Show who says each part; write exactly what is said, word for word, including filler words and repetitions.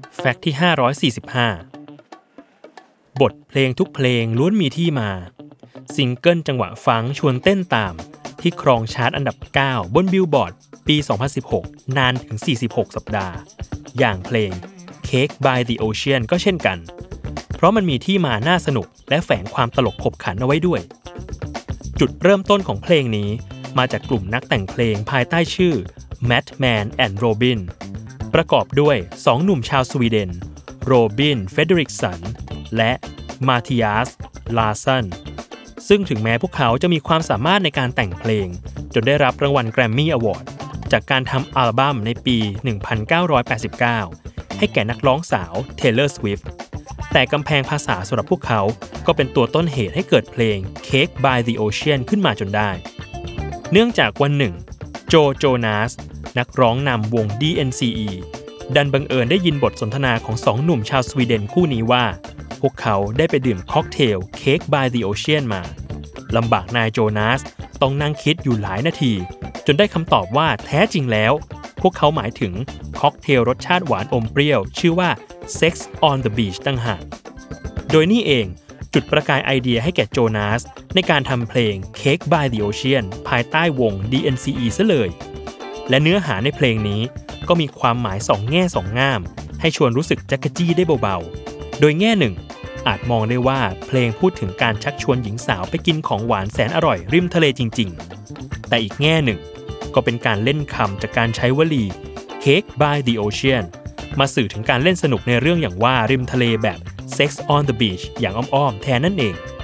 Speaker 1: แฟกต์ที่ห้าร้อยสี่สิบห้าบทเพลงทุกเพลงล้วนมีที่มาซิงเกิลจังหวะฟังชวนเต้นตามที่ครองชาร์ตอันดับเก้าบนบิลบอร์ดปีสองพันสิบหกนานถึงสี่สิบหกสัปดาห์อย่างเพลง Cake by the Ocean ก็เช่นกันเพราะมันมีที่มาน่าสนุกและแฝงความตลกขบขันเอาไว้ด้วยจุดเริ่มต้นของเพลงนี้มาจากกลุ่มนักแต่งเพลงภายใต้ชื่อ Madman and Robin ประกอบด้วยสองหนุ่มชาวสวีเดนโรบินเฟเดริกสันและมาธิอัสลาสันซึ่งถึงแม้พวกเขาจะมีความสามารถในการแต่งเพลงจนได้รับรางวัลแกรมมี่อวอร์ดจากการทำอัลบั้มในปี หนึ่งพันเก้าร้อยแปดสิบเก้า ให้แก่นักร้องสาว Taylor Swift แต่กำแพงภาษาสำหรับพวกเขาก็เป็นตัวต้นเหตุให้เกิดเพลง Cake by the Ocean ขึ้นมาจนได้เนื่องจากวันหนึ่งโจโจนาสนักร้องนำวง ดี เอ็น ซี อี ดันบังเอิญได้ยินบทสนทนาของสองหนุ่มชาวสวีเดนคู่นี้ว่าพวกเขาได้ไปดื่มค็อกเทล Cake by the Ocean มาลำบากนายโจนาสต้องนั่งคิดอยู่หลายนาทีจนได้คำตอบว่าแท้จริงแล้วพวกเขาหมายถึงค็อกเทลรสชาติหวานอมเปรี้ยวชื่อว่า Sex on the Beach ตั้งหากโดยนี่เองจุดประกายไอเดียให้แก่โจนาสในการทำเพลง Cake by the Ocean ภายใต้วง ดี เอ็น ซี อี ซะเลยและเนื้อหาในเพลงนี้ก็มีความหมายสองแง่สองง่ามให้ชวนรู้สึกจักรจี้ได้เบาๆโดยแง่หนึ่งอาจมองได้ว่าเพลงพูดถึงการชักชวนหญิงสาวไปกินของหวานแสนอร่อยริมทะเลจริงๆแต่อีกแง่หนึ่งก็เป็นการเล่นคำจากการใช้วลี Cake by the Ocean มาสื่อถึงการเล่นสนุกในเรื่องอย่างว่าริมทะเลแบบ Sex on the Beach อย่างอ้อมๆแทนนั่นเอง